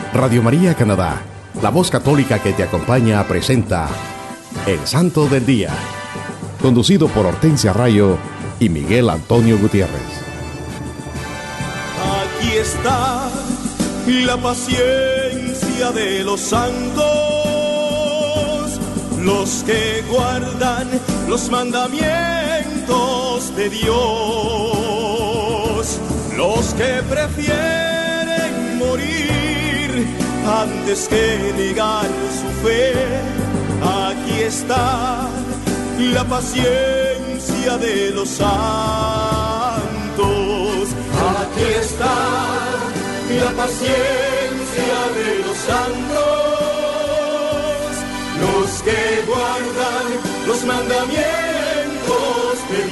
Radio María Canadá, la voz católica que te acompaña, presenta El Santo del Día, conducido por Hortensia Rayo y Miguel Antonio Gutiérrez. Aquí está la paciencia de los santos, los que guardan los mandamientos de Dios, los que prefieren morir antes que negar su fe. Aquí está la paciencia de los santos. Aquí está la paciencia de los santos, los que guardan los mandamientos de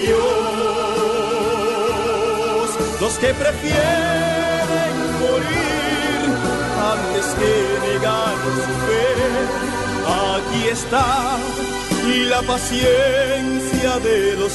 Dios, los que prefieren morir antes que negar su fe. Aquí está la paciencia de los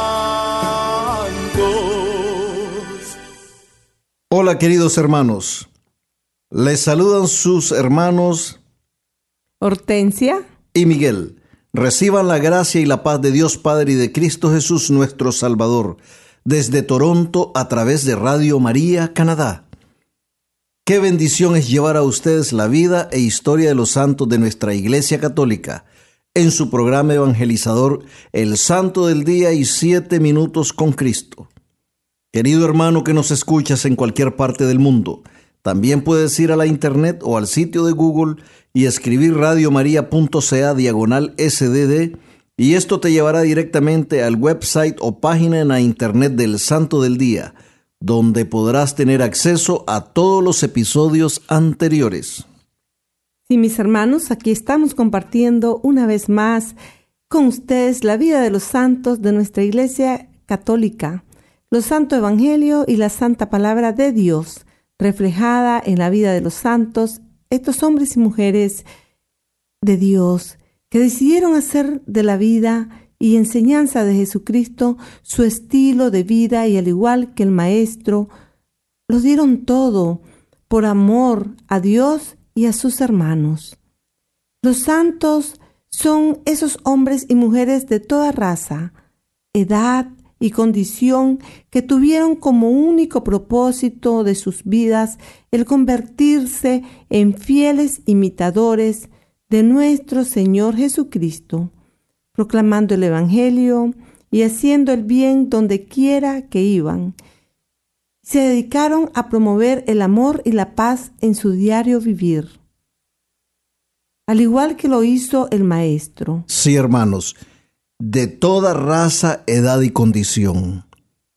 santos. Hola, queridos hermanos. Les saludan sus hermanos Hortensia y Miguel. Reciban la gracia y la paz de Dios Padre y de Cristo Jesús nuestro Salvador, desde Toronto a través de Radio María Canadá. Qué bendición es llevar a ustedes la vida e historia de los santos de nuestra Iglesia Católica en su programa evangelizador El Santo del Día y 7 Minutos con Cristo. Querido hermano que nos escuchas en cualquier parte del mundo, también puedes ir a la internet o al sitio de Google y escribir radiomaria.ca/SDD, y esto te llevará directamente al website o página en la internet del Santo del Día, donde podrás tener acceso a todos los episodios anteriores. Sí, mis hermanos, aquí estamos compartiendo una vez más con ustedes la vida de los santos de nuestra Iglesia Católica, los Santo Evangelio y la Santa Palabra de Dios, reflejada en la vida de los santos, estos hombres y mujeres de Dios que decidieron hacer de la vida y enseñanza de Jesucristo su estilo de vida, y al igual que el Maestro, los dieron todo por amor a Dios y a sus hermanos. Los santos son esos hombres y mujeres de toda raza, edad y condición que tuvieron como único propósito de sus vidas el convertirse en fieles imitadores de nuestro Señor Jesucristo, proclamando el Evangelio y haciendo el bien donde quiera que iban. Se dedicaron a promover el amor y la paz en su diario vivir, al igual que lo hizo el Maestro. Sí, hermanos, de toda raza, edad y condición.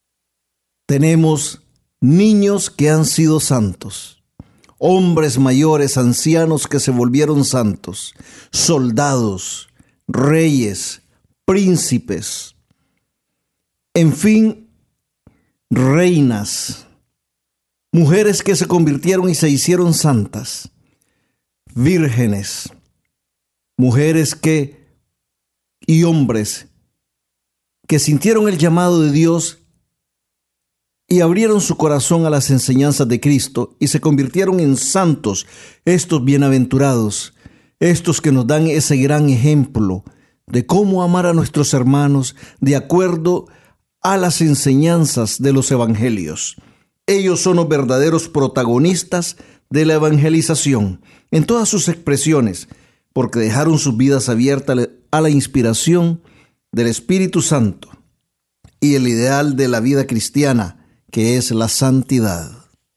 Tenemos niños que han sido santos, hombres mayores, ancianos que se volvieron santos, soldados, reyes, príncipes, en fin, reinas, mujeres que se convirtieron y se hicieron santas, vírgenes, mujeres y hombres que sintieron el llamado de Dios y abrieron su corazón a las enseñanzas de Cristo y se convirtieron en santos, estos bienaventurados, estos que nos dan ese gran ejemplo de cómo amar a nuestros hermanos de acuerdo a las enseñanzas de los evangelios. Ellos son los verdaderos protagonistas de la evangelización en todas sus expresiones, porque dejaron sus vidas abiertas a la inspiración del Espíritu Santo y el ideal de la vida cristiana, que es la santidad.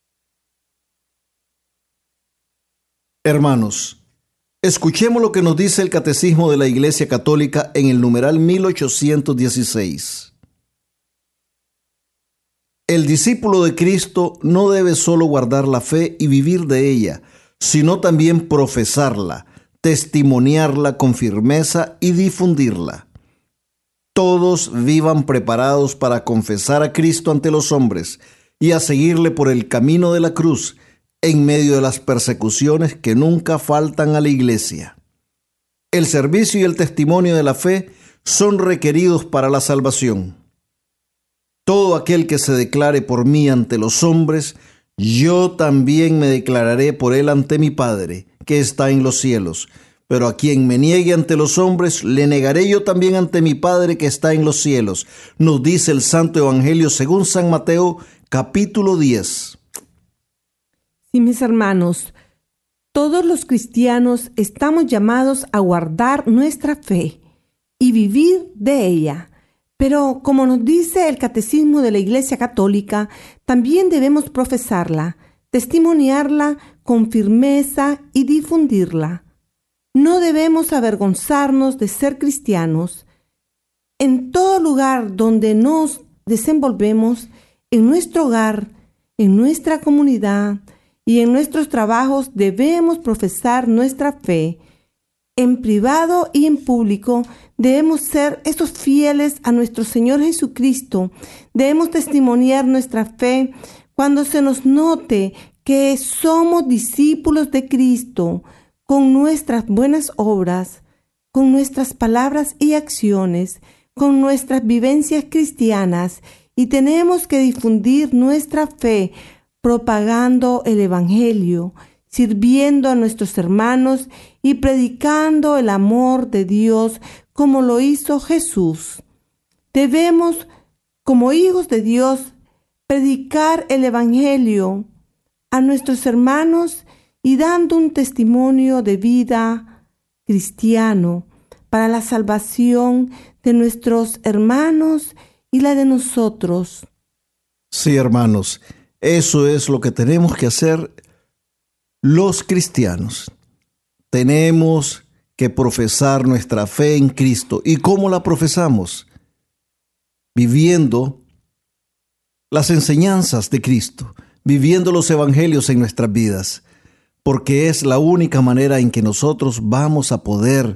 Hermanos, escuchemos lo que nos dice el Catecismo de la Iglesia Católica en el numeral 1816. El discípulo de Cristo no debe solo guardar la fe y vivir de ella, sino también profesarla, testimoniarla con firmeza y difundirla. Todos vivan preparados para confesar a Cristo ante los hombres y a seguirle por el camino de la cruz en medio de las persecuciones que nunca faltan a la Iglesia. El servicio y el testimonio de la fe son requeridos para la salvación. Todo aquel que se declare por mí ante los hombres, Yo también me declararé por él ante mi Padre, que está en los cielos. Pero a quien me niegue ante los hombres, le negaré yo también ante mi Padre que está en los cielos. Nos dice el Santo Evangelio según San Mateo, capítulo 10. Sí, mis hermanos, todos los cristianos estamos llamados a guardar nuestra fe y vivir de ella. Pero como nos dice el Catecismo de la Iglesia Católica, también debemos profesarla, testimoniarla con firmeza y difundirla. No debemos avergonzarnos de ser cristianos. En todo lugar donde nos desenvolvemos, en nuestro hogar, en nuestra comunidad y en nuestros trabajos, debemos profesar nuestra fe. En privado y en público debemos ser esos fieles a nuestro Señor Jesucristo. Debemos testimoniar nuestra fe cuando se nos note que somos discípulos de Cristo, con nuestras buenas obras, con nuestras palabras y acciones, con nuestras vivencias cristianas, y tenemos que difundir nuestra fe propagando el Evangelio, sirviendo a nuestros hermanos y predicando el amor de Dios como lo hizo Jesús. Debemos, como hijos de Dios, predicar el Evangelio a nuestros hermanos y dando un testimonio de vida cristiano para la salvación de nuestros hermanos y la de nosotros. Sí, hermanos, eso es lo que tenemos que hacer los cristianos. Tenemos que profesar nuestra fe en Cristo. ¿Y cómo la profesamos? Viviendo las enseñanzas de Cristo, viviendo los evangelios en nuestras vidas, porque es la única manera en que nosotros vamos a poder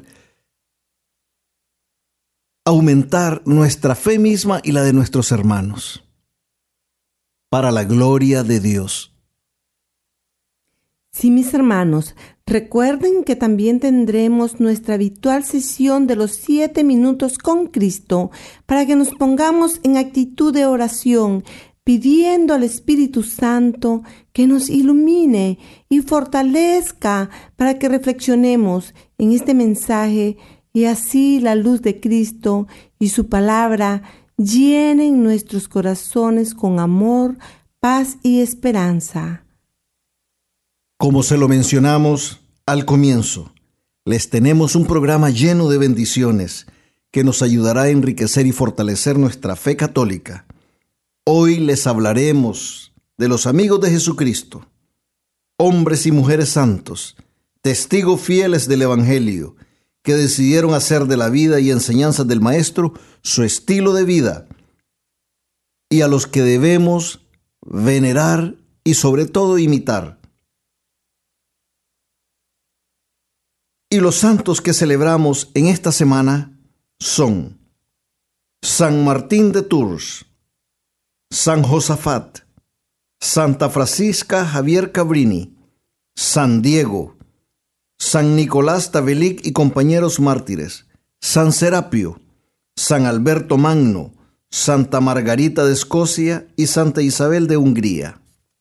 aumentar nuestra fe misma y la de nuestros hermanos, para la gloria de Dios. Sí, mis hermanos, recuerden que también tendremos nuestra habitual sesión de los 7 minutos con Cristo para que nos pongamos en actitud de oración, pidiendo al Espíritu Santo que nos ilumine y fortalezca para que reflexionemos en este mensaje y así la luz de Cristo y su palabra llenen nuestros corazones con amor, paz y esperanza. Como se lo mencionamos al comienzo, les tenemos un programa lleno de bendiciones que nos ayudará a enriquecer y fortalecer nuestra fe católica. Hoy les hablaremos de los amigos de Jesucristo, hombres y mujeres santos, testigos fieles del Evangelio, que decidieron hacer de la vida y enseñanzas del Maestro su estilo de vida, y a los que debemos venerar y sobre todo imitar. Y los santos que celebramos en esta semana son San Martín de Tours, San Josafat, Santa Francisca Javier Cabrini, San Diego, San Nicolás Tabelic y compañeros mártires, San Serapio, San Alberto Magno, Santa Margarita de Escocia y Santa Isabel de Hungría.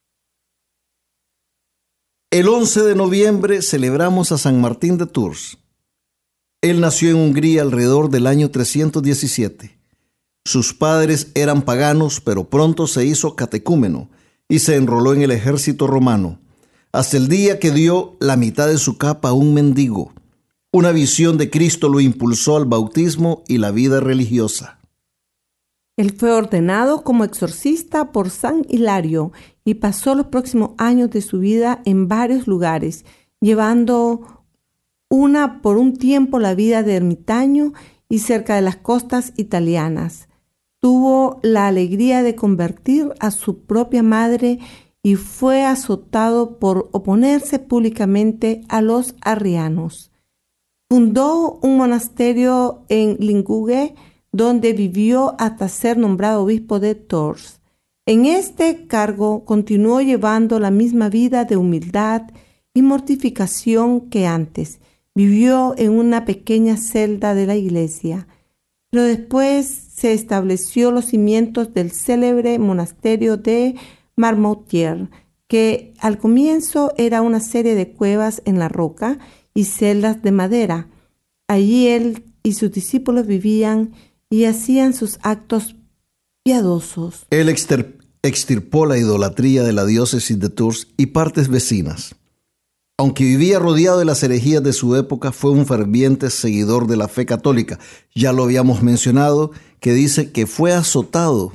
El 11 de noviembre celebramos a San Martín de Tours. Él nació en Hungría alrededor del año 317. Sus padres eran paganos, pero pronto se hizo catecúmeno y se enroló en el ejército romano, hasta el día que dio la mitad de su capa a un mendigo. Una visión de Cristo lo impulsó al bautismo y la vida religiosa. Él fue ordenado como exorcista por San Hilario y pasó los próximos años de su vida en varios lugares, llevando por un tiempo la vida de ermitaño y cerca de las costas italianas. Tuvo la alegría de convertir a su propia madre y fue azotado por oponerse públicamente a los arrianos. Fundó un monasterio en Linguge, donde vivió hasta ser nombrado obispo de Tours. En este cargo continuó llevando la misma vida de humildad y mortificación que antes. Vivió en una pequeña celda de la iglesia, pero después se estableció los cimientos del célebre monasterio de Marmoutier, que al comienzo era una serie de cuevas en la roca y celdas de madera. Allí él y sus discípulos vivían y hacían sus actos piadosos. Él extirpó la idolatría de la diócesis de Tours y partes vecinas. Aunque vivía rodeado de las herejías de su época, fue un ferviente seguidor de la fe católica. Ya lo habíamos mencionado, que dice que fue azotado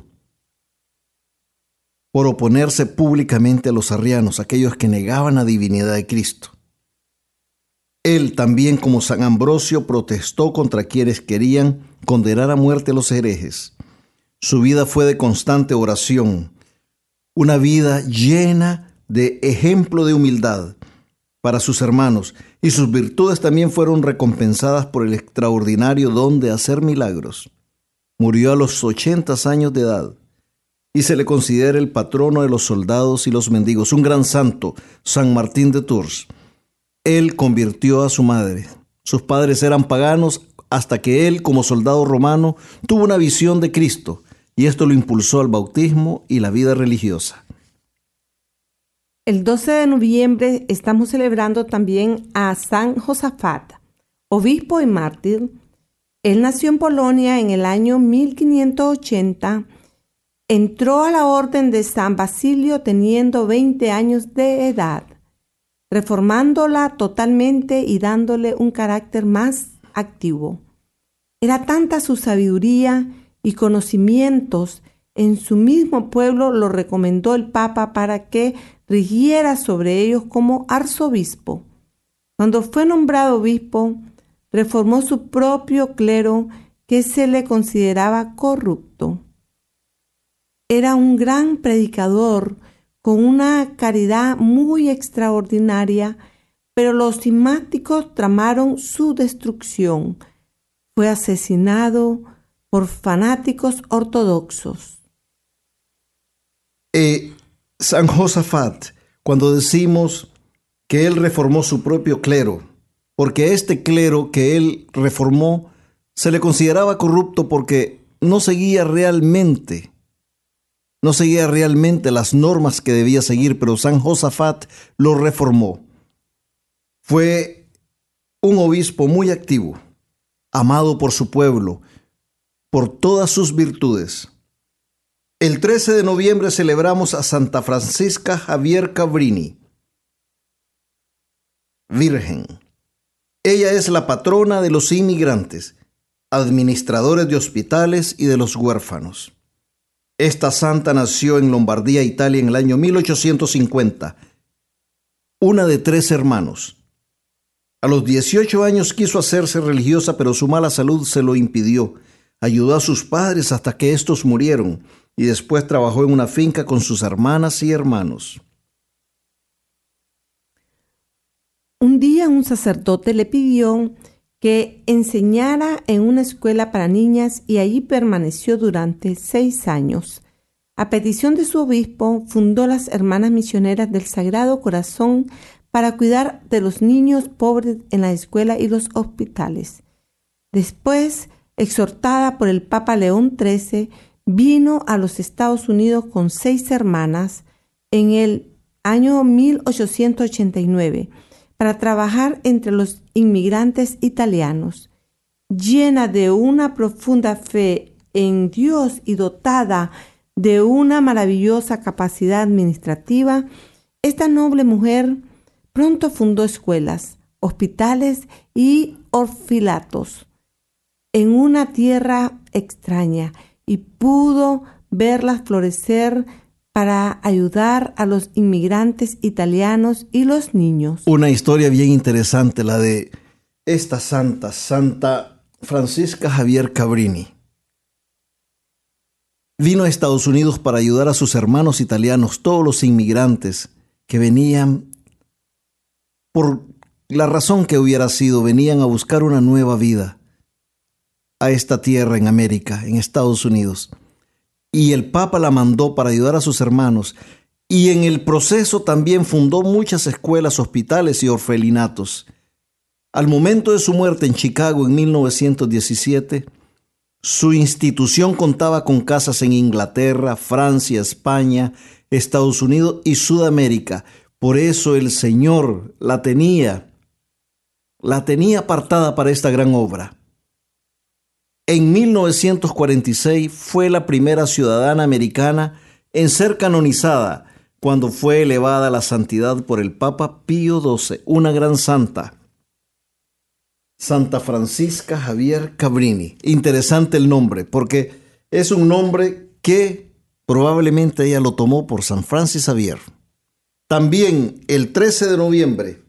por oponerse públicamente a los arrianos, aquellos que negaban la divinidad de Cristo. Él también, como San Ambrosio, protestó contra quienes querían condenar a muerte a los herejes. Su vida fue de constante oración, una vida llena de ejemplo de humildad para sus hermanos, y sus virtudes también fueron recompensadas por el extraordinario don de hacer milagros. Murió a los 80 años de edad y se le considera el patrono de los soldados y los mendigos, un gran santo, San Martín de Tours. Él convirtió a su madre. Sus padres eran paganos hasta que él, como soldado romano, tuvo una visión de Cristo, y esto lo impulsó al bautismo y la vida religiosa. El 12 de noviembre estamos celebrando también a San Josafat, obispo y mártir. Él nació en Polonia en el año 1580. Entró a la orden de San Basilio teniendo 20 años de edad, reformándola totalmente y dándole un carácter más activo. Era tanta su sabiduría y conocimientos, en su mismo pueblo lo recomendó el Papa para que rigiera sobre ellos como arzobispo. Cuando fue nombrado obispo, reformó su propio clero que se le consideraba corrupto. Era un gran predicador con una caridad muy extraordinaria, pero los cismáticos tramaron su destrucción. Fue asesinado por fanáticos ortodoxos. San Josafat, cuando decimos que él reformó su propio clero, porque este clero que él reformó se le consideraba corrupto porque no seguía realmente las normas que debía seguir, pero San Josafat lo reformó. Fue un obispo muy activo, amado por su pueblo, por todas sus virtudes. El 13 de noviembre celebramos a Santa Francisca Javier Cabrini, virgen. Ella es la patrona de los inmigrantes, administradores de hospitales y de los huérfanos. Esta santa nació en Lombardía, Italia, en el año 1850, una de 3 hermanos. A los 18 años quiso hacerse religiosa, pero su mala salud se lo impidió. Ayudó a sus padres hasta que estos murieron y después trabajó en una finca con sus hermanas y hermanos. Un día un sacerdote le pidió que enseñara en una escuela para niñas y allí permaneció durante 6 años. A petición de su obispo, fundó las Hermanas Misioneras del Sagrado Corazón para cuidar de los niños pobres en la escuela y los hospitales. Después, exhortada por el Papa León XIII, vino a los Estados Unidos con 6 hermanas en el año 1889 para trabajar entre los inmigrantes italianos. Llena de una profunda fe en Dios y dotada de una maravillosa capacidad administrativa, esta noble mujer pronto fundó escuelas, hospitales y orfanatos en una tierra extraña y pudo verlas florecer para ayudar a los inmigrantes italianos y los niños. Una historia bien interesante, la de esta santa, Santa Francisca Javier Cabrini. Vino a Estados Unidos para ayudar a sus hermanos italianos, todos los inmigrantes que venían, por la razón que hubiera sido, venían a buscar una nueva vida a esta tierra en América, en Estados Unidos. Y el Papa la mandó para ayudar a sus hermanos. Y en el proceso también fundó muchas escuelas, hospitales y orfelinatos. Al momento de su muerte en Chicago en 1917, su institución contaba con casas en Inglaterra, Francia, España, Estados Unidos y Sudamérica. Por eso el Señor la tenía apartada para esta gran obra. En 1946 fue la primera ciudadana americana en ser canonizada cuando fue elevada a la santidad por el Papa Pío XII, una gran santa, Santa Francisca Javier Cabrini. Interesante el nombre, porque es un nombre que probablemente ella lo tomó por San Francis Xavier. También el 13 de noviembre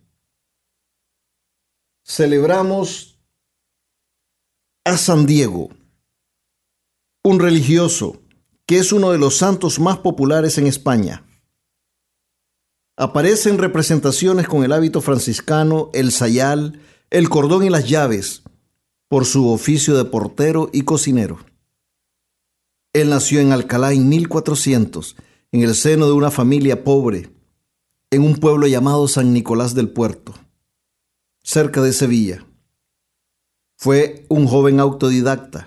celebramos a San Diego, un religioso que es uno de los santos más populares en España. Aparece en representaciones con el hábito franciscano, el sayal, el cordón y las llaves, por su oficio de portero y cocinero. Él nació en Alcalá en 1400, en el seno de una familia pobre, en un pueblo llamado San Nicolás del Puerto, cerca de Sevilla. Fue un joven autodidacta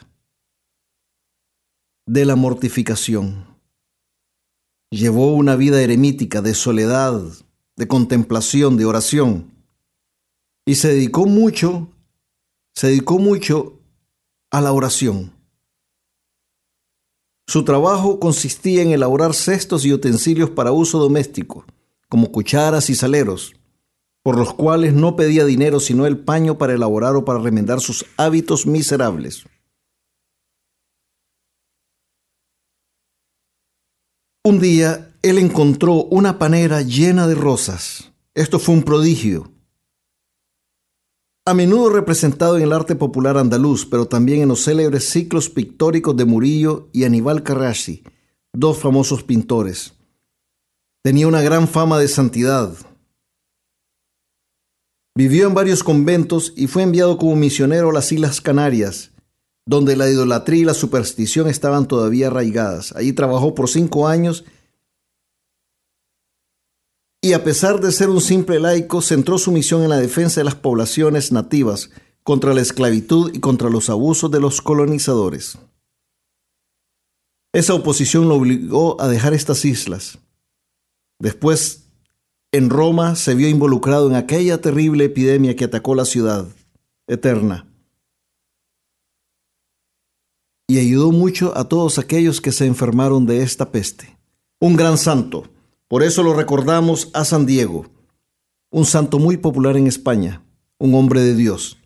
de la mortificación. Llevó una vida eremítica de soledad, de contemplación, de oración, y se dedicó mucho a la oración. Su trabajo consistía en elaborar cestos y utensilios para uso doméstico, como cucharas y saleros, por los cuales no pedía dinero sino el paño para elaborar o para remendar sus hábitos miserables. Un día él encontró una panera llena de rosas. Esto fue un prodigio, a menudo representado en el arte popular andaluz, pero también en los célebres ciclos pictóricos de Murillo y Aníbal Carracci, dos famosos pintores. Tenía una gran fama de santidad. Vivió en varios conventos y fue enviado como misionero a las Islas Canarias, donde la idolatría y la superstición estaban todavía arraigadas. Allí trabajó por 5 años y, a pesar de ser un simple laico, centró su misión en la defensa de las poblaciones nativas contra la esclavitud y contra los abusos de los colonizadores. Esa oposición lo obligó a dejar estas islas. Después, en Roma, se vio involucrado en aquella terrible epidemia que atacó la ciudad eterna. Y ayudó mucho a todos aquellos que se enfermaron de esta peste. Un gran santo. Por eso lo recordamos a San Diego, un santo muy popular en España, un hombre de Dios.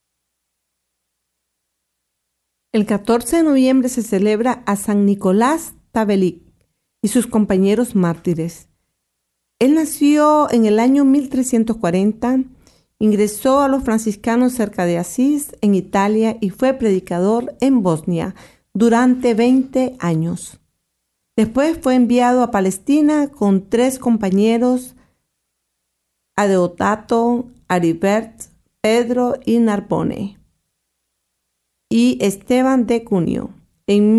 El 14 de noviembre se celebra a San Nicolás Tabelic y sus compañeros mártires. Él nació en el año 1340, ingresó a los franciscanos cerca de Asís, en Italia, y fue predicador en Bosnia durante 20 años. Después fue enviado a Palestina con 3 compañeros, Adeodato, Aribert, Pedro y Narbone, y Esteban de Cuneo. En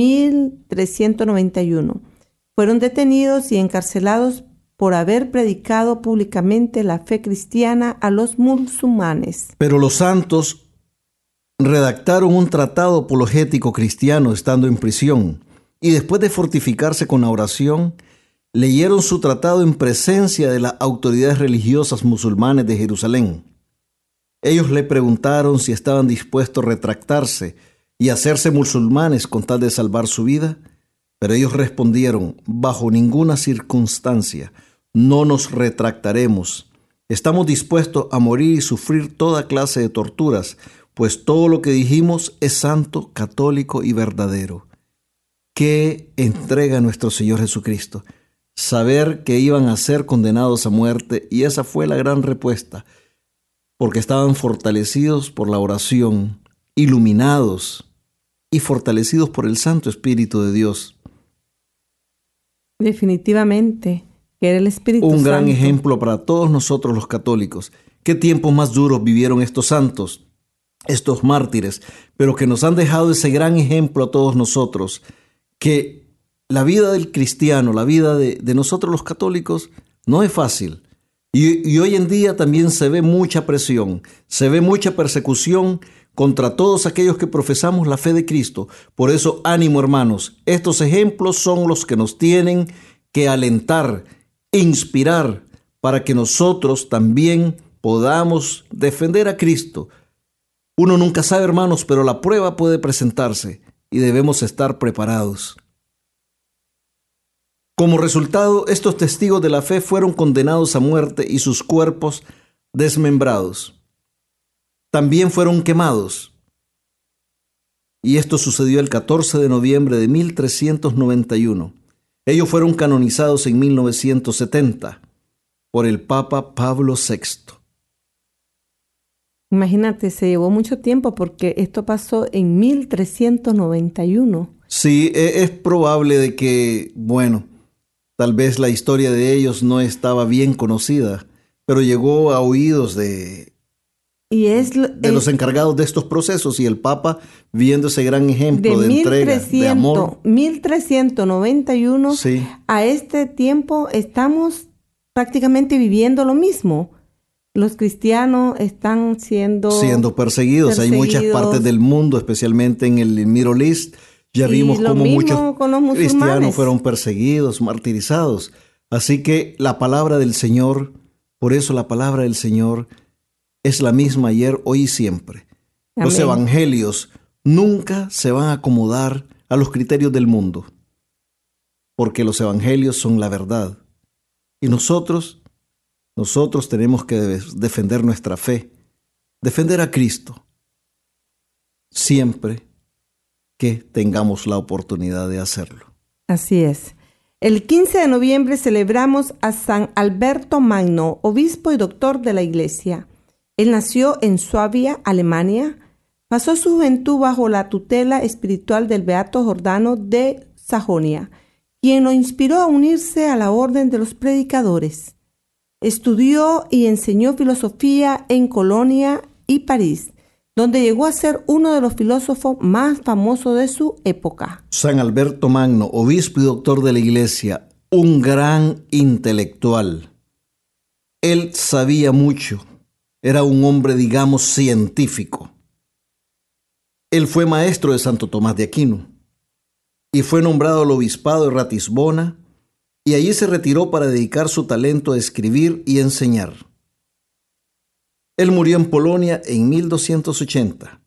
1391 fueron detenidos y encarcelados por haber predicado públicamente la fe cristiana a los musulmanes. Pero los santos redactaron un tratado apologético cristiano estando en prisión, y después de fortificarse con la oración, leyeron su tratado en presencia de las autoridades religiosas musulmanes de Jerusalén. Ellos le preguntaron si estaban dispuestos a retractarse y hacerse musulmanes con tal de salvar su vida, pero ellos respondieron: bajo ninguna circunstancia, no nos retractaremos. Estamos dispuestos a morir y sufrir toda clase de torturas, pues todo lo que dijimos es santo, católico y verdadero. ¿Qué entrega nuestro Señor Jesucristo? Saber que iban a ser condenados a muerte, y esa fue la gran respuesta, porque estaban fortalecidos por la oración, iluminados y fortalecidos por el Santo Espíritu de Dios. Definitivamente, que era el Espíritu Santo. Un gran ejemplo para todos nosotros los católicos. Qué tiempos más duros vivieron estos santos, estos mártires, pero que nos han dejado ese gran ejemplo a todos nosotros, que la vida del cristiano, la vida de nosotros los católicos, no es fácil. Y hoy en día también se ve mucha presión, se ve mucha persecución contra todos aquellos que profesamos la fe de Cristo. Por eso, ánimo, hermanos, estos ejemplos son los que nos tienen que alentar, inspirar, para que nosotros también podamos defender a Cristo. Uno nunca sabe, hermanos, pero la prueba puede presentarse y debemos estar preparados. Como resultado, estos testigos de la fe fueron condenados a muerte y sus cuerpos desmembrados. También fueron quemados. Y esto sucedió el 14 de noviembre de 1391. Ellos fueron canonizados en 1970 por el Papa Pablo VI. Imagínate, se llevó mucho tiempo porque esto pasó en 1391. Sí, es probable de que, bueno, tal vez la historia de ellos no estaba bien conocida, pero llegó a oídos de los encargados de estos procesos, y el Papa, viendo ese gran ejemplo de entrega, de amor. 1391, sí. A este tiempo estamos prácticamente viviendo lo mismo. Los cristianos están siendo perseguidos. Hay muchas partes del mundo, especialmente en el Middle East. Ya vimos cómo muchos cristianos fueron perseguidos, martirizados. Así que la palabra del Señor, por eso la palabra del Señor es la misma ayer, hoy y siempre. Amén. Los evangelios nunca se van a acomodar a los criterios del mundo, porque los evangelios son la verdad. Y nosotros tenemos que defender nuestra fe, defender a Cristo, siempre que tengamos la oportunidad de hacerlo. Así es. El 15 de noviembre celebramos a San Alberto Magno, obispo y doctor de la Iglesia. Él nació en Suabia, Alemania. Pasó su juventud bajo la tutela espiritual del beato Jordano de Sajonia, quien lo inspiró a unirse a la orden de los predicadores. Estudió y enseñó filosofía en Colonia y París, donde llegó a ser uno de los filósofos más famosos de su época. San Alberto Magno, obispo y doctor de la Iglesia, un gran intelectual. Él sabía mucho, era un hombre, digamos, científico. Él fue maestro de Santo Tomás de Aquino y fue nombrado al obispado de Ratisbona, y allí se retiró para dedicar su talento a escribir y enseñar. Él murió en Polonia en 1280.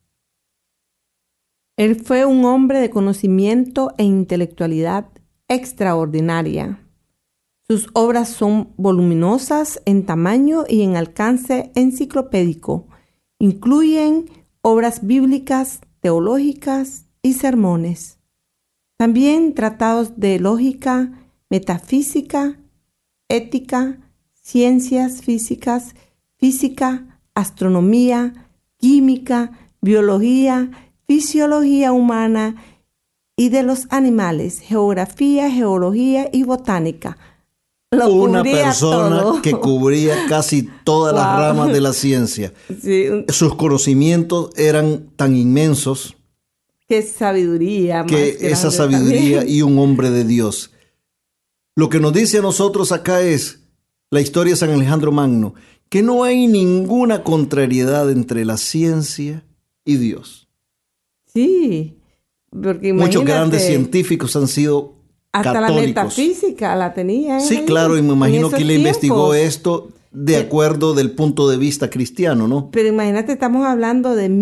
Él fue un hombre de conocimiento e intelectualidad extraordinaria. Sus obras son voluminosas en tamaño y en alcance enciclopédico. Incluyen obras bíblicas, teológicas y sermones. También tratados de lógica, metafísica, ética, ciencias físicas, física, astronomía, química, biología, fisiología humana y de los animales, geografía, geología y botánica. Una persona todo, que cubría casi todas las ramas de la ciencia. Sí. Sus conocimientos eran tan inmensos. Qué sabiduría. Que esa sabiduría también. Y un hombre de Dios. Lo que nos dice a nosotros acá es la historia de San Alejandro Magno, que no hay ninguna contrariedad entre la ciencia y Dios. Sí, porque muchos grandes científicos han sido hasta católicos. La metafísica la tenía. Sí, claro, y me imagino que le investigó esto de acuerdo del punto de vista cristiano, ¿no? Pero imagínate, estamos hablando de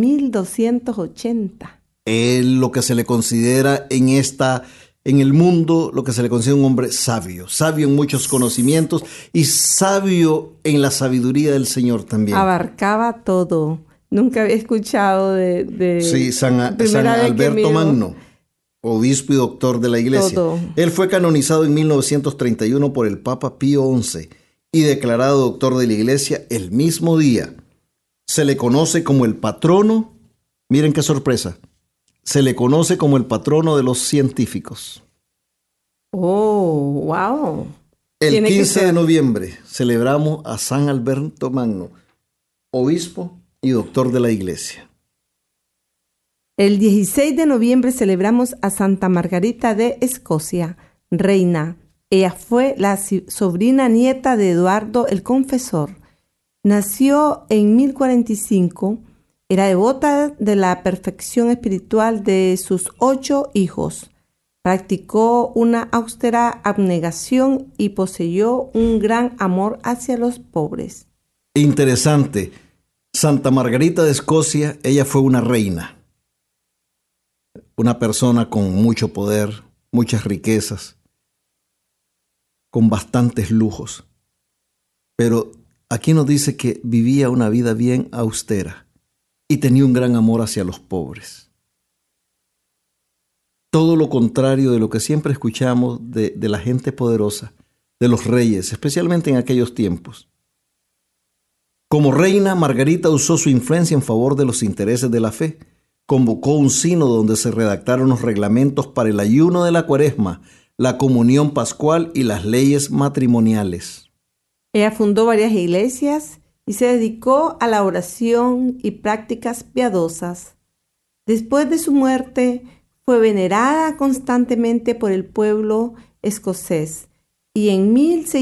1280. Lo que se le considera en el mundo, lo que se le considera un hombre sabio en muchos conocimientos y sabio en la sabiduría del Señor también. Abarcaba todo. Nunca había escuchado de sí, San Alberto Magno, obispo y doctor de la Iglesia. Todo. Él fue canonizado en 1931 por el Papa Pío XI y declarado doctor de la Iglesia el mismo día. Se le conoce como el patrono, miren qué sorpresa, se le conoce como el patrono de los científicos. Oh, wow. El 15 de noviembre celebramos a San Alberto Magno, obispo y doctor de la Iglesia. El 16 de noviembre celebramos a Santa Margarita de Escocia, reina. Ella fue la sobrina nieta de Eduardo el Confesor. Nació en 1045. Era devota de la perfección espiritual de sus 8 hijos. Practicó una austera abnegación y poseyó un gran amor hacia los pobres. Interesante. Santa Margarita de Escocia, ella fue una reina, una persona con mucho poder, muchas riquezas, con bastantes lujos. Pero aquí nos dice que vivía una vida bien austera y tenía un gran amor hacia los pobres. Todo lo contrario de lo que siempre escuchamos de la gente poderosa, de los reyes, especialmente en aquellos tiempos. Como reina, Margarita usó su influencia en favor de los intereses de la fe. Convocó un sínodo donde se redactaron los reglamentos para el ayuno de la Cuaresma, la comunión pascual y las leyes matrimoniales. Ella fundó varias iglesias y se dedicó a la oración y prácticas piadosas. Después de su muerte, fue venerada constantemente por el pueblo escocés y en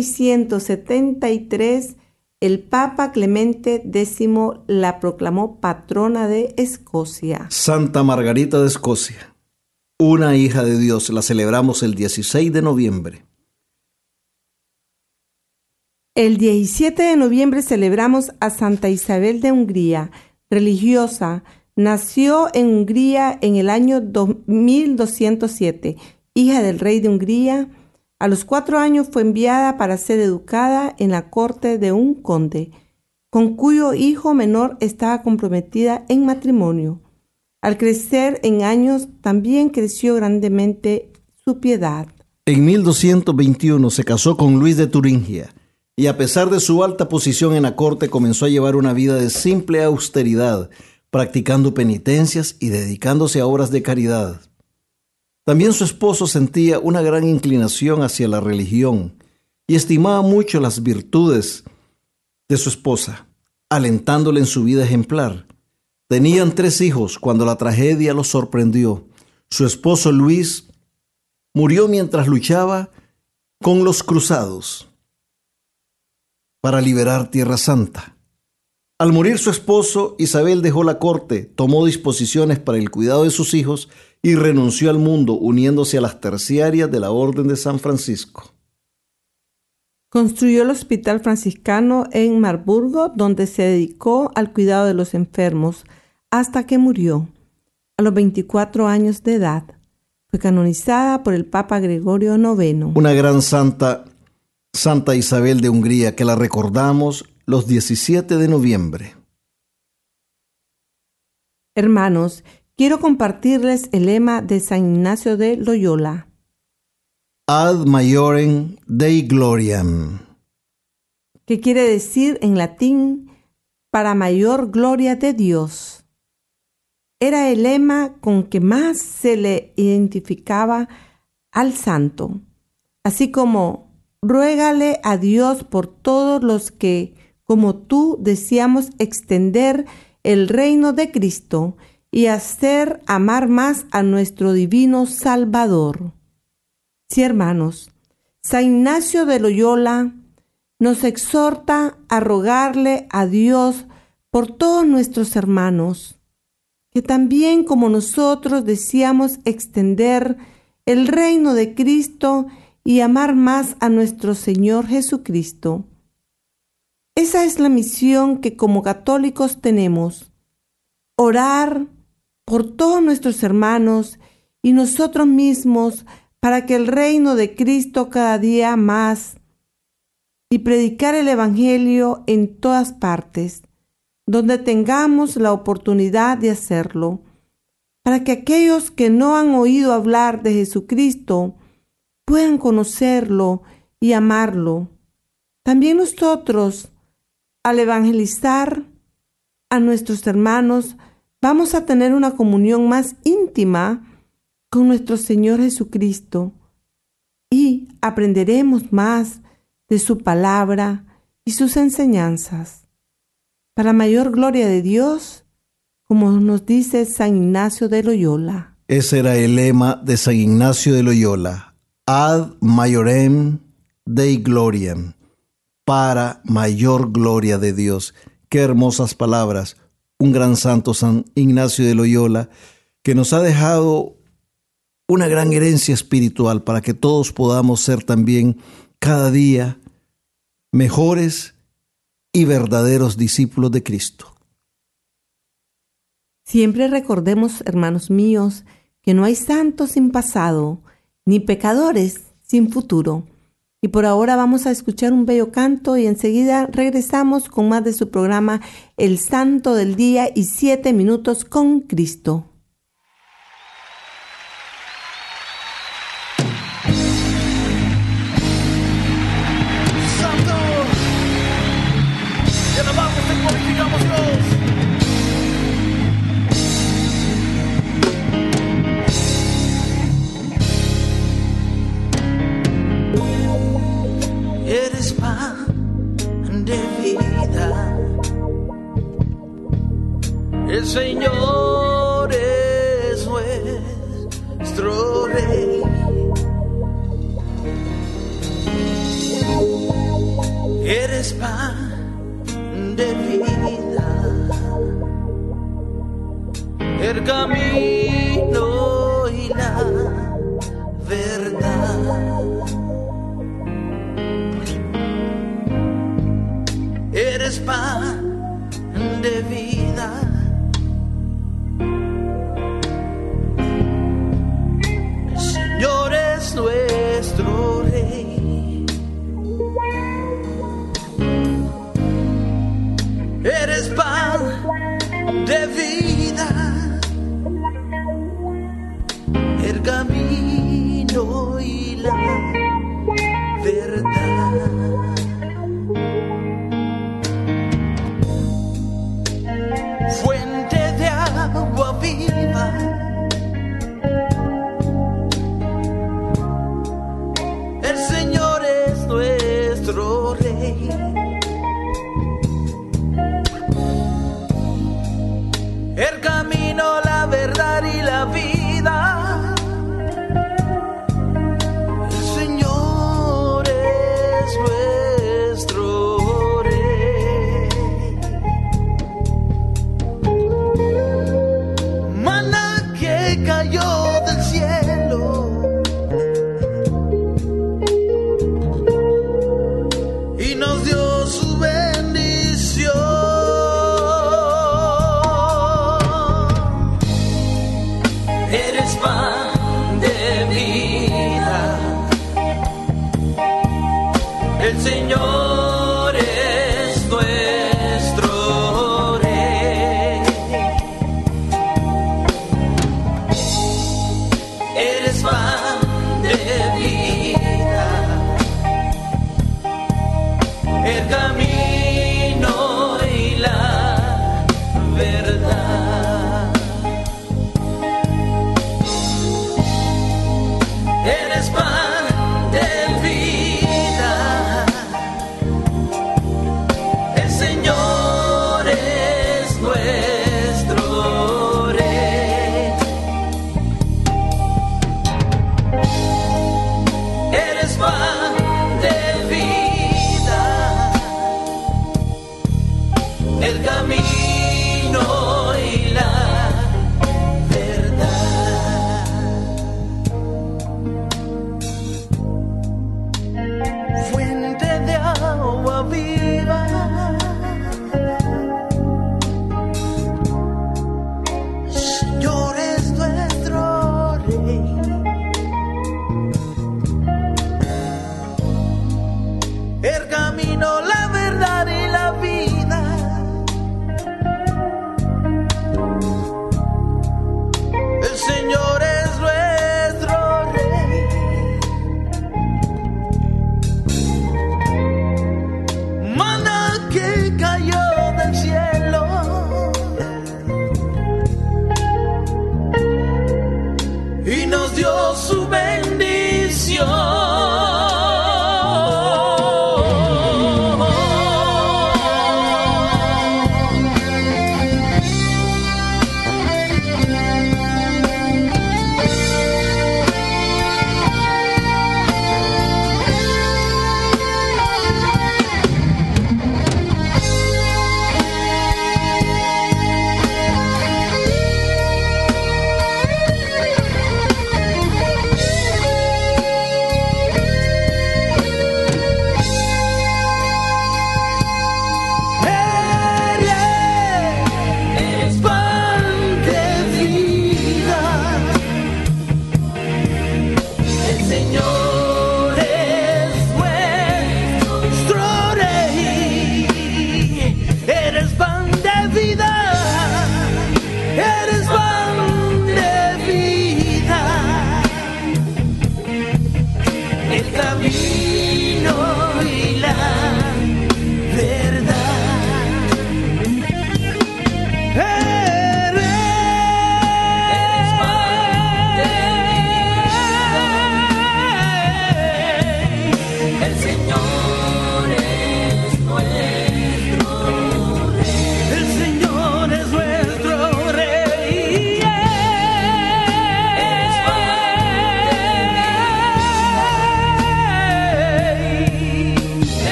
1673 el Papa Clemente X la proclamó patrona de Escocia. Santa Margarita de Escocia, una hija de Dios, la celebramos el 16 de noviembre. El 17 de noviembre celebramos a Santa Isabel de Hungría, religiosa. Nació en Hungría en el año 1207, hija del rey de Hungría. A los 4 años fue enviada para ser educada en la corte de un conde, con cuyo hijo menor estaba comprometida en matrimonio. Al crecer en años, también creció grandemente su piedad. En 1221 se casó con Luis de Turingia y a pesar de su alta posición en la corte comenzó a llevar una vida de simple austeridad, practicando penitencias y dedicándose a obras de caridad. También su esposo sentía una gran inclinación hacia la religión y estimaba mucho las virtudes de su esposa, alentándole en su vida ejemplar. Tenían 3 hijos cuando la tragedia los sorprendió. Su esposo Luis murió mientras luchaba con los cruzados para liberar Tierra Santa. Al morir su esposo, Isabel dejó la corte, tomó disposiciones para el cuidado de sus hijos y renunció al mundo, uniéndose a las terciarias de la Orden de San Francisco. Construyó el Hospital Franciscano en Marburgo, donde se dedicó al cuidado de los enfermos, hasta que murió a los 24 años de edad. Fue canonizada por el Papa Gregorio IX. Una gran santa, Santa Isabel de Hungría, que la recordamos los 17 de noviembre. Hermanos, quiero compartirles el lema de San Ignacio de Loyola. Ad maiorem Dei gloriam. Que quiere decir en latín, para mayor gloria de Dios. Era el lema con que más se le identificaba al santo, así como ruégale a Dios por todos los que, como tú, deseamos extender el reino de Cristo y hacer amar más a nuestro divino Salvador. Sí, hermanos, San Ignacio de Loyola nos exhorta a rogarle a Dios por todos nuestros hermanos, que también como nosotros deseamos extender el reino de Cristo y amar más a nuestro Señor Jesucristo. Esa es la misión que como católicos tenemos, orar por todos nuestros hermanos y nosotros mismos para que el reino de Cristo cada día más y predicar el Evangelio en todas partes, donde tengamos la oportunidad de hacerlo, para que aquellos que no han oído hablar de Jesucristo puedan conocerlo y amarlo. También nosotros, al evangelizar a nuestros hermanos, vamos a tener una comunión más íntima con nuestro Señor Jesucristo y aprenderemos más de su palabra y sus enseñanzas. Para mayor gloria de Dios, como nos dice San Ignacio de Loyola. Ese era el lema de San Ignacio de Loyola. Ad maiorem Dei gloriam. Para mayor gloria de Dios. Qué hermosas palabras. Un gran santo, San Ignacio de Loyola, que nos ha dejado una gran herencia espiritual para que todos podamos ser también cada día mejores y verdaderos discípulos de Cristo. Siempre recordemos, hermanos míos, que no hay santos sin pasado, ni pecadores sin futuro. Y por ahora vamos a escuchar un bello canto y enseguida regresamos con más de su programa El Santo del Día y 7 minutos con Cristo. Santo, te alabamos, te glorificamos, Dios. Eres pan de vida, el Señor es nuestro Rey. Eres pan de vida, el camino y la verdad. Eres pan de vida, el Señor es nuestro Rey. Eres pan de vida, el camino y la verdad. Fuente de agua viva, el Señor es nuestro Rey.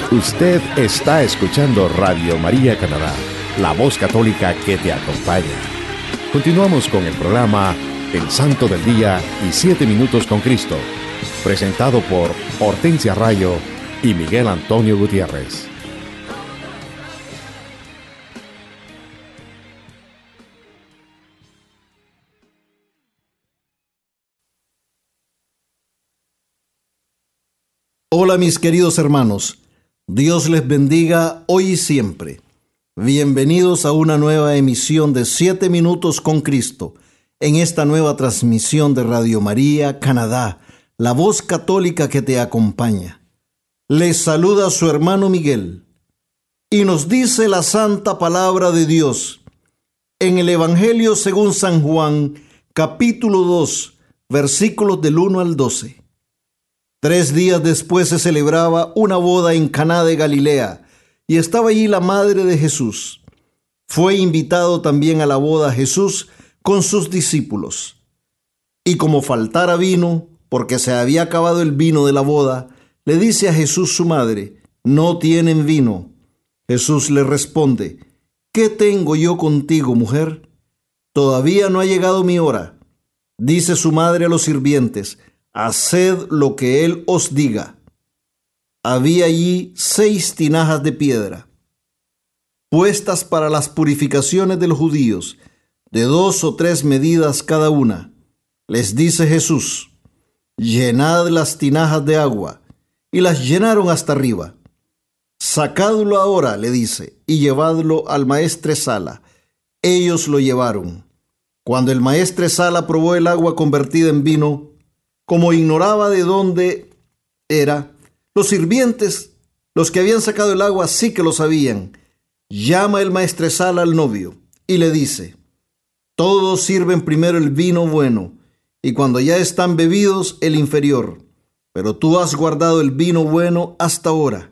Usted está escuchando Radio María Canadá, la voz católica que te acompaña. Continuamos con el programa El Santo del Día y 7 Minutos con Cristo, presentado por Hortensia Rayo y Miguel Antonio Gutiérrez. Hola mis queridos hermanos, Dios les bendiga hoy y siempre. Bienvenidos a una nueva emisión de 7 Minutos con Cristo, en esta nueva transmisión de Radio María Canadá, la voz católica que te acompaña. Les saluda su hermano Miguel y nos dice la santa palabra de Dios en el Evangelio según San Juan, capítulo 2, versículos del 1 al 12. 3 días después se celebraba una boda en Caná de Galilea, y estaba allí la madre de Jesús. Fue invitado también a la boda Jesús con sus discípulos. Y como faltara vino, porque se había acabado el vino de la boda, le dice a Jesús su madre: «No tienen vino». Jesús le responde: «¿Qué tengo yo contigo, mujer? Todavía no ha llegado mi hora». Dice su madre a los sirvientes: «Haced lo que él os diga». Había allí 6 tinajas de piedra, puestas para las purificaciones de los judíos, de 2 o 3 medidas cada una. Les dice Jesús: «Llenad las tinajas de agua», y las llenaron hasta arriba. «Sacadlo ahora», le dice, «y llevadlo al maestresala». Ellos lo llevaron. Cuando el maestresala probó el agua convertida en vino, como ignoraba de dónde era, los sirvientes, los que habían sacado el agua, sí que lo sabían. Llama el maestresala al novio y le dice: «Todos sirven primero el vino bueno, y cuando ya están bebidos, el inferior. Pero tú has guardado el vino bueno hasta ahora».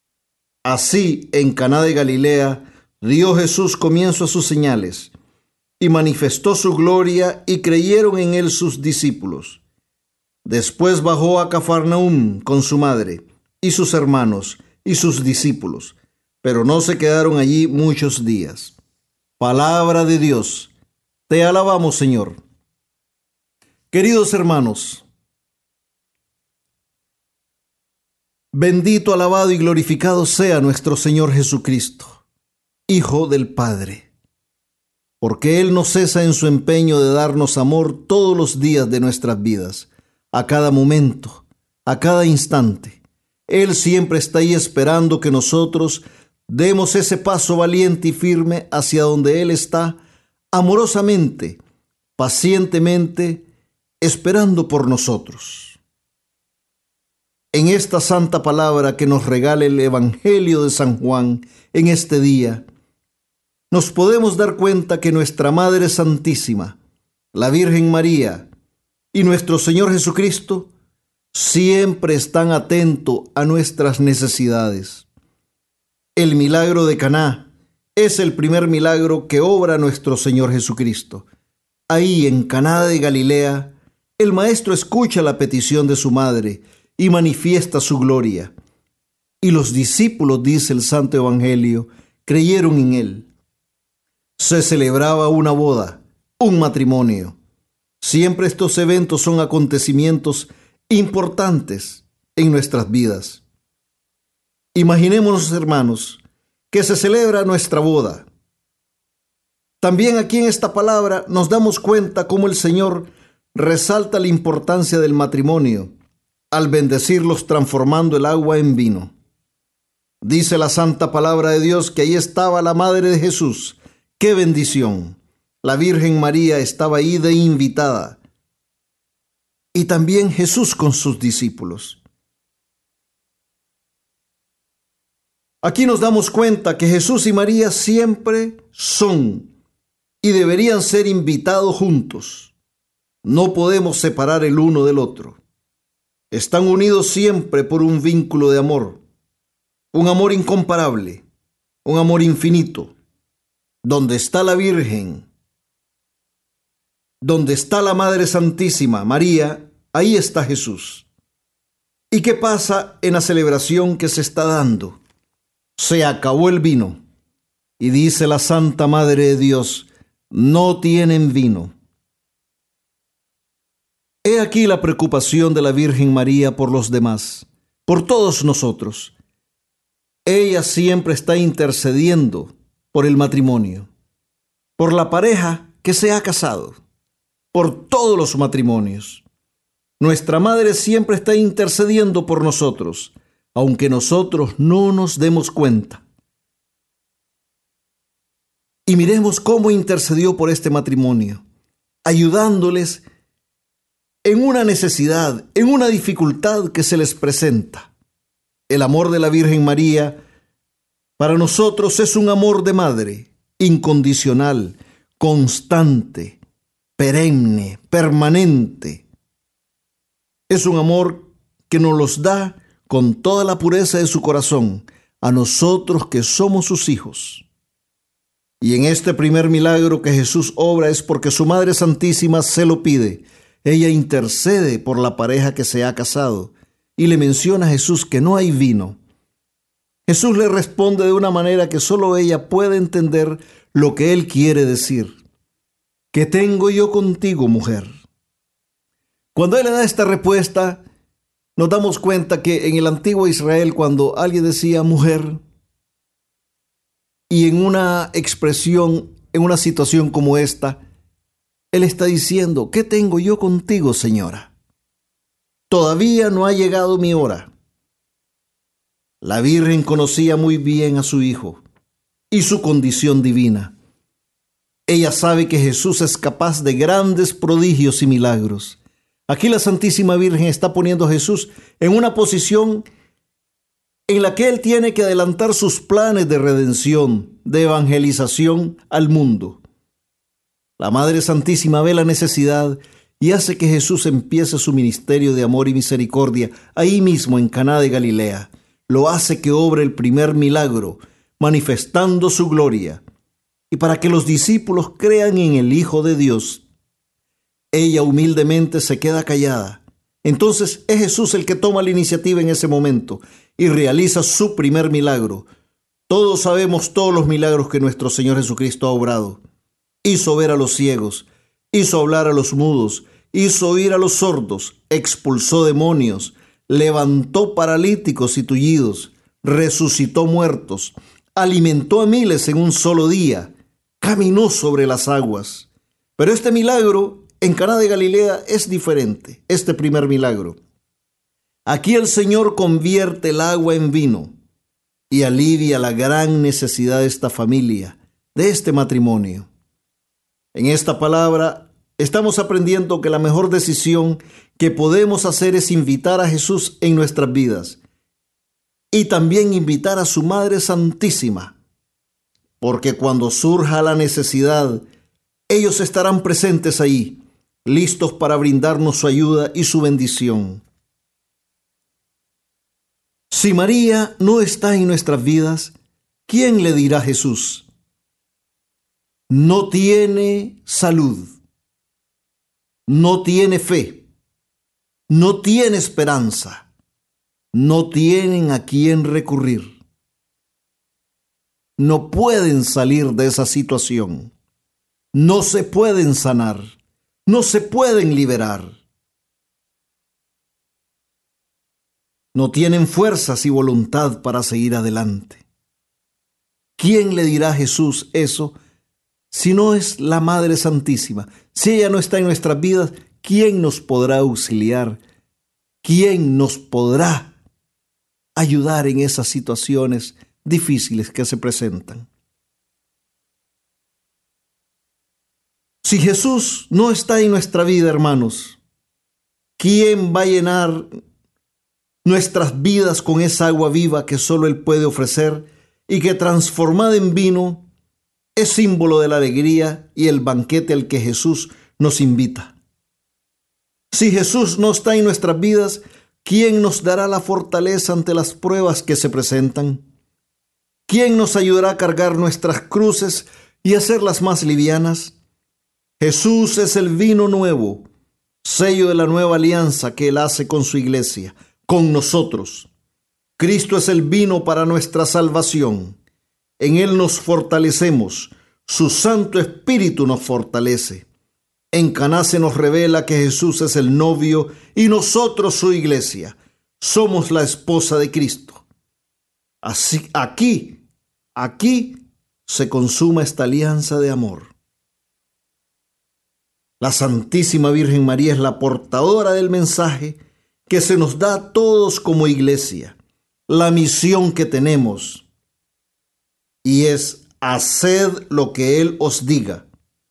Así, en Caná de Galilea, dio Jesús comienzo a sus señales, y manifestó su gloria, y creyeron en él sus discípulos. Después bajó a Cafarnaúm con su madre, y sus hermanos, y sus discípulos, pero no se quedaron allí muchos días. Palabra de Dios. Te alabamos, Señor. Queridos hermanos, bendito, alabado y glorificado sea nuestro Señor Jesucristo, Hijo del Padre, porque Él no cesa en su empeño de darnos amor todos los días de nuestras vidas, a cada momento, a cada instante. Él siempre está ahí esperando que nosotros demos ese paso valiente y firme hacia donde Él está, amorosamente, pacientemente, esperando por nosotros. En esta santa palabra que nos regala el Evangelio de San Juan en este día, nos podemos dar cuenta que nuestra Madre Santísima, la Virgen María, y nuestro Señor Jesucristo siempre están atentos a nuestras necesidades. El milagro de Caná es el primer milagro que obra nuestro Señor Jesucristo. Ahí en Caná de Galilea, el Maestro escucha la petición de su madre y manifiesta su gloria. Y los discípulos, dice el Santo Evangelio, creyeron en él. Se celebraba una boda, un matrimonio. Siempre estos eventos son acontecimientos importantes en nuestras vidas. Imaginémonos, hermanos, que se celebra nuestra boda. También aquí en esta palabra nos damos cuenta cómo el Señor resalta la importancia del matrimonio al bendecirlos transformando el agua en vino. Dice la santa palabra de Dios que ahí estaba la madre de Jesús. ¡Qué bendición! La Virgen María estaba ahí de invitada. Y también Jesús con sus discípulos. Aquí nos damos cuenta que Jesús y María siempre son y deberían ser invitados juntos. No podemos separar el uno del otro. Están unidos siempre por un vínculo de amor, un amor incomparable, un amor infinito. Donde está la Virgen, donde está la Madre Santísima, María, ahí está Jesús. ¿Y qué pasa en la celebración que se está dando? se acabó el vino. Y dice la Santa Madre de Dios, no tienen vino. He aquí la preocupación de la Virgen María por los demás, por todos nosotros. Ella siempre está intercediendo por el matrimonio, por la pareja que se ha casado, por todos los matrimonios. Nuestra Madre siempre está intercediendo por nosotros, aunque nosotros no nos demos cuenta. Y miremos cómo intercedió por este matrimonio, ayudándoles en una necesidad, en una dificultad que se les presenta. El amor de la Virgen María para nosotros es un amor de madre, incondicional, constante, perenne, permanente. Es un amor que nos los da con toda la pureza de su corazón a nosotros que somos sus hijos. Y en este primer milagro que Jesús obra es porque su Madre Santísima se lo pide. Ella intercede por la pareja que se ha casado y le menciona a Jesús que no hay vino. Jesús le responde de una manera que solo ella puede entender lo que él quiere decir. ¿Qué tengo yo contigo, mujer? Cuando él le da esta respuesta, nos damos cuenta que en el antiguo Israel, cuando alguien decía mujer, y en una expresión, en una situación como esta, él está diciendo, ¿qué tengo yo contigo, señora? Todavía no ha llegado mi hora. La Virgen conocía muy bien a su hijo y su condición divina. Ella sabe que Jesús es capaz de grandes prodigios y milagros. Aquí la Santísima Virgen está poniendo a Jesús en una posición en la que él tiene que adelantar sus planes de redención, de evangelización al mundo. La Madre Santísima ve la necesidad y hace que Jesús empiece su ministerio de amor y misericordia ahí mismo en Caná de Galilea. Lo hace que obre el primer milagro, manifestando su gloria. Y para que los discípulos crean en el Hijo de Dios, ella humildemente se queda callada. Entonces es Jesús el que toma la iniciativa en ese momento y realiza su primer milagro. Todos sabemos todos los milagros que nuestro Señor Jesucristo ha obrado. Hizo ver a los ciegos, hizo hablar a los mudos, hizo oír a los sordos, expulsó demonios, levantó paralíticos y tullidos, resucitó muertos, alimentó a miles en un solo día, caminó sobre las aguas. Pero este milagro en Caná de Galilea es diferente, este primer milagro. Aquí el Señor convierte el agua en vino y alivia la gran necesidad de esta familia, de este matrimonio. En esta palabra estamos aprendiendo que la mejor decisión que podemos hacer es invitar a Jesús en nuestras vidas y también invitar a su Madre Santísima, porque cuando surja la necesidad, ellos estarán presentes ahí, listos para brindarnos su ayuda y su bendición. Si María no está en nuestras vidas, ¿quién le dirá a Jesús? No tiene salud, no tiene fe, no tiene esperanza, no tienen a quién recurrir. No pueden salir de esa situación, no se pueden sanar, no se pueden liberar. No tienen fuerzas y voluntad para seguir adelante. ¿Quién le dirá a Jesús eso si no es la Madre Santísima? Si ella no está en nuestras vidas, ¿quién nos podrá auxiliar? ¿Quién nos podrá ayudar en esas situaciones difíciles que se presentan? Si Jesús no está en nuestra vida, hermanos, ¿quién va a llenar nuestras vidas con esa agua viva que solo Él puede ofrecer y que transformada en vino es símbolo de la alegría y el banquete al que Jesús nos invita? Si Jesús no está en nuestras vidas, ¿quién nos dará la fortaleza ante las pruebas que se presentan? ¿Quién nos ayudará a cargar nuestras cruces y hacerlas más livianas? Jesús es el vino nuevo, sello de la nueva alianza que Él hace con su iglesia, con nosotros. Cristo es el vino para nuestra salvación. En Él nos fortalecemos. Su Santo Espíritu nos fortalece. En Caná se nos revela que Jesús es el novio y nosotros su iglesia. Somos la esposa de Cristo. Así, aquí se consuma esta alianza de amor. La Santísima Virgen María es la portadora del mensaje que se nos da a todos como iglesia. La misión que tenemos, y es: haced lo que Él os diga.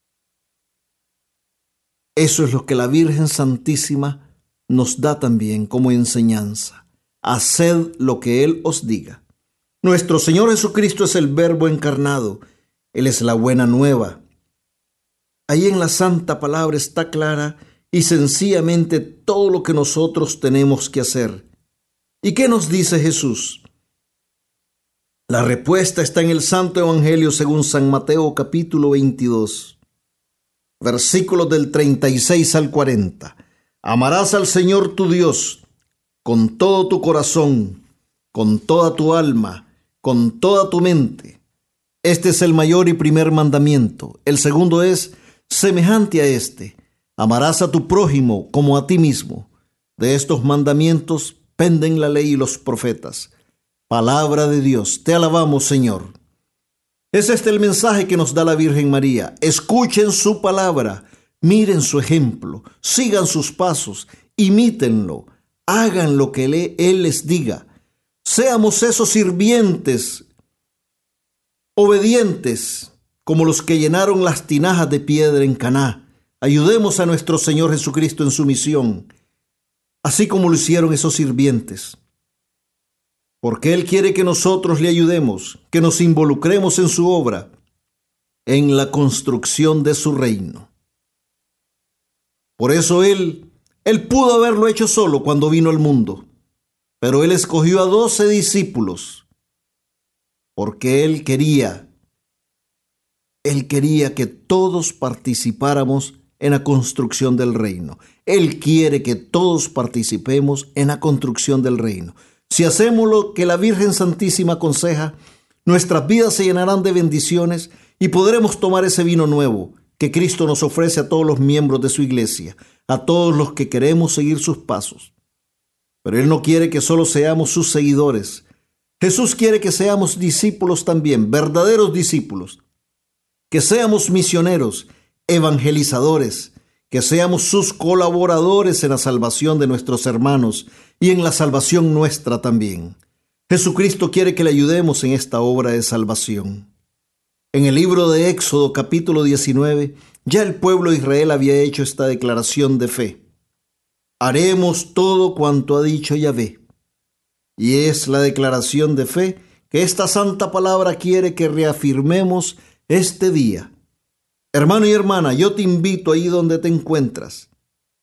Eso es lo que la Virgen Santísima nos da también como enseñanza. Haced lo que Él os diga. Nuestro Señor Jesucristo es el Verbo encarnado. Él es la buena nueva. Ahí en la Santa Palabra está clara y sencillamente todo lo que nosotros tenemos que hacer. ¿Y qué nos dice Jesús? La respuesta está en el Santo Evangelio según San Mateo capítulo 22, versículos del 36 al 40. Amarás al Señor tu Dios con todo tu corazón, con toda tu alma, con toda tu mente. Este es el mayor y primer mandamiento. El segundo es semejante a este: amarás a tu prójimo como a ti mismo. De estos mandamientos penden la ley y los profetas. Palabra de Dios. Te alabamos, Señor. Es este el mensaje que nos da la Virgen María. Escuchen su palabra, miren su ejemplo, sigan sus pasos, imítenlo, hagan lo que Él les diga. Seamos esos sirvientes obedientes como los que llenaron las tinajas de piedra en Caná. Ayudemos a nuestro Señor Jesucristo en su misión, así como lo hicieron esos sirvientes. Porque Él quiere que nosotros le ayudemos, que nos involucremos en su obra, en la construcción de su reino. Por eso Él pudo haberlo hecho solo cuando vino al mundo, pero Él escogió a 12 discípulos, porque Él quería que todos participáramos en la construcción del reino. Él quiere que todos participemos en la construcción del reino. Si hacemos lo que la Virgen Santísima aconseja, nuestras vidas se llenarán de bendiciones y podremos tomar ese vino nuevo que Cristo nos ofrece a todos los miembros de su iglesia, a todos los que queremos seguir sus pasos. Pero Él no quiere que solo seamos sus seguidores. Jesús quiere que seamos discípulos también, verdaderos discípulos, que seamos misioneros, evangelizadores, que seamos sus colaboradores en la salvación de nuestros hermanos y en la salvación nuestra también. Jesucristo quiere que le ayudemos en esta obra de salvación. En el libro de Éxodo capítulo 19, ya el pueblo de Israel había hecho esta declaración de fe. Haremos todo cuanto ha dicho Yahvé. Y es la declaración de fe que esta santa palabra quiere que reafirmemos este día. Hermano y hermana, yo te invito ahí donde te encuentras.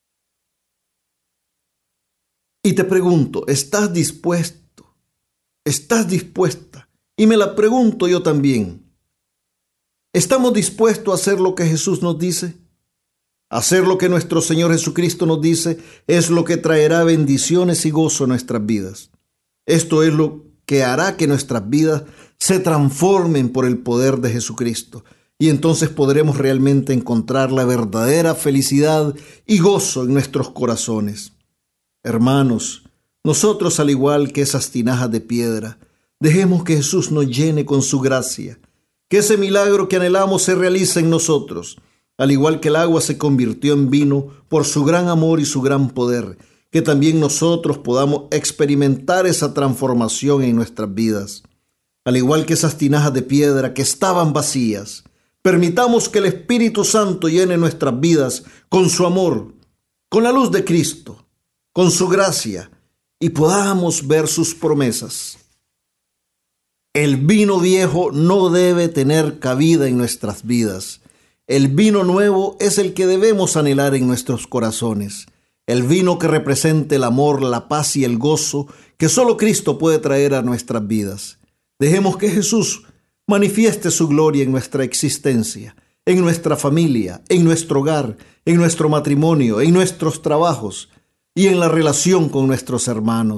Y te pregunto, ¿estás dispuesto? ¿Estás dispuesta? Y me la pregunto yo también. ¿Estamos dispuestos a hacer lo que Jesús nos dice? Hacer lo que nuestro Señor Jesucristo nos dice es lo que traerá bendiciones y gozo a nuestras vidas. Esto es lo que hará que nuestras vidas se transformen por el poder de Jesucristo. Y entonces podremos realmente encontrar la verdadera felicidad y gozo en nuestros corazones. Hermanos, nosotros, al igual que esas tinajas de piedra, dejemos que Jesús nos llene con su gracia, que ese milagro que anhelamos se realice en nosotros, al igual que el agua se convirtió en vino por su gran amor y su gran poder, que también nosotros podamos experimentar esa transformación en nuestras vidas. Al igual que esas tinajas de piedra que estaban vacías, permitamos que el Espíritu Santo llene nuestras vidas con su amor, con la luz de Cristo, con su gracia, y podamos ver sus promesas. El vino viejo no debe tener cabida en nuestras vidas. El vino nuevo es el que debemos anhelar en nuestros corazones. El vino que representa el amor, la paz y el gozo que solo Cristo puede traer a nuestras vidas. Dejemos que Jesús manifieste su gloria en nuestra existencia, en nuestra familia, en nuestro hogar, en nuestro matrimonio, en nuestros trabajos y en la relación con nuestros hermanos.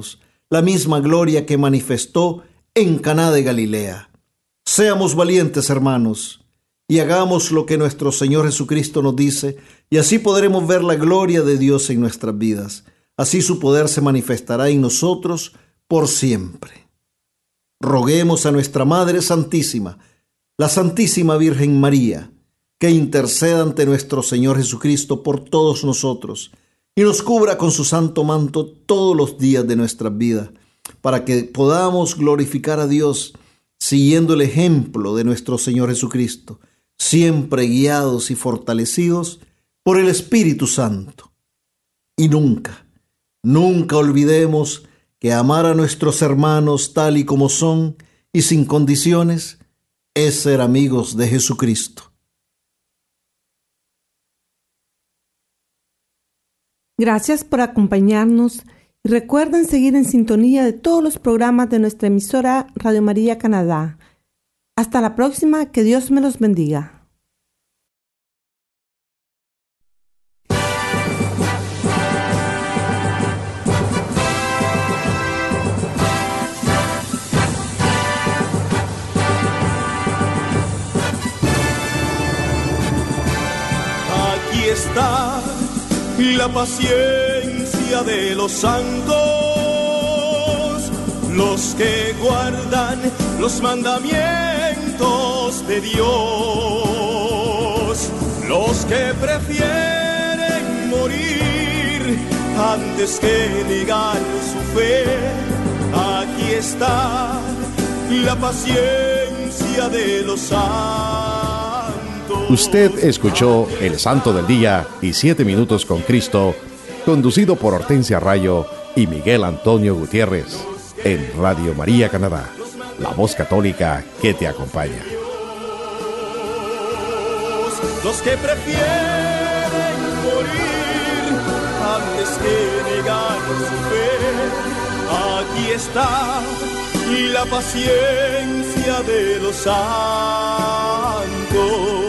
la misma gloria que manifestó en Caná de Galilea. Seamos valientes, hermanos, y hagamos lo que nuestro Señor Jesucristo nos dice, y así podremos ver la gloria de Dios en nuestras vidas. Así su poder se manifestará en nosotros por siempre. Roguemos a nuestra Madre Santísima, la Santísima Virgen María, que interceda ante nuestro Señor Jesucristo por todos nosotros y nos cubra con su santo manto todos los días de nuestras vidas, para que podamos glorificar a Dios siguiendo el ejemplo de nuestro Señor Jesucristo, siempre guiados y fortalecidos por el Espíritu Santo. Y nunca olvidemos que amar a nuestros hermanos tal y como son y sin condiciones es ser amigos de Jesucristo. Gracias por acompañarnos y recuerden seguir en sintonía de todos los programas de nuestra emisora Radio María Canadá. Hasta la próxima, que Dios me los bendiga. Aquí está la paciencia de los santos, los que guardan los mandamientos de Dios, los que prefieren morir antes que negar su fe. Aquí está la paciencia de los santos. Usted escuchó El Santo del Día y 7 Minutos con Cristo, conducido por Hortensia Rayo y Miguel Antonio Gutiérrez, en Radio María Canadá, la voz católica que te acompaña. Los que prefieren morir antes que negar su fe. Aquí está la paciencia de los santos.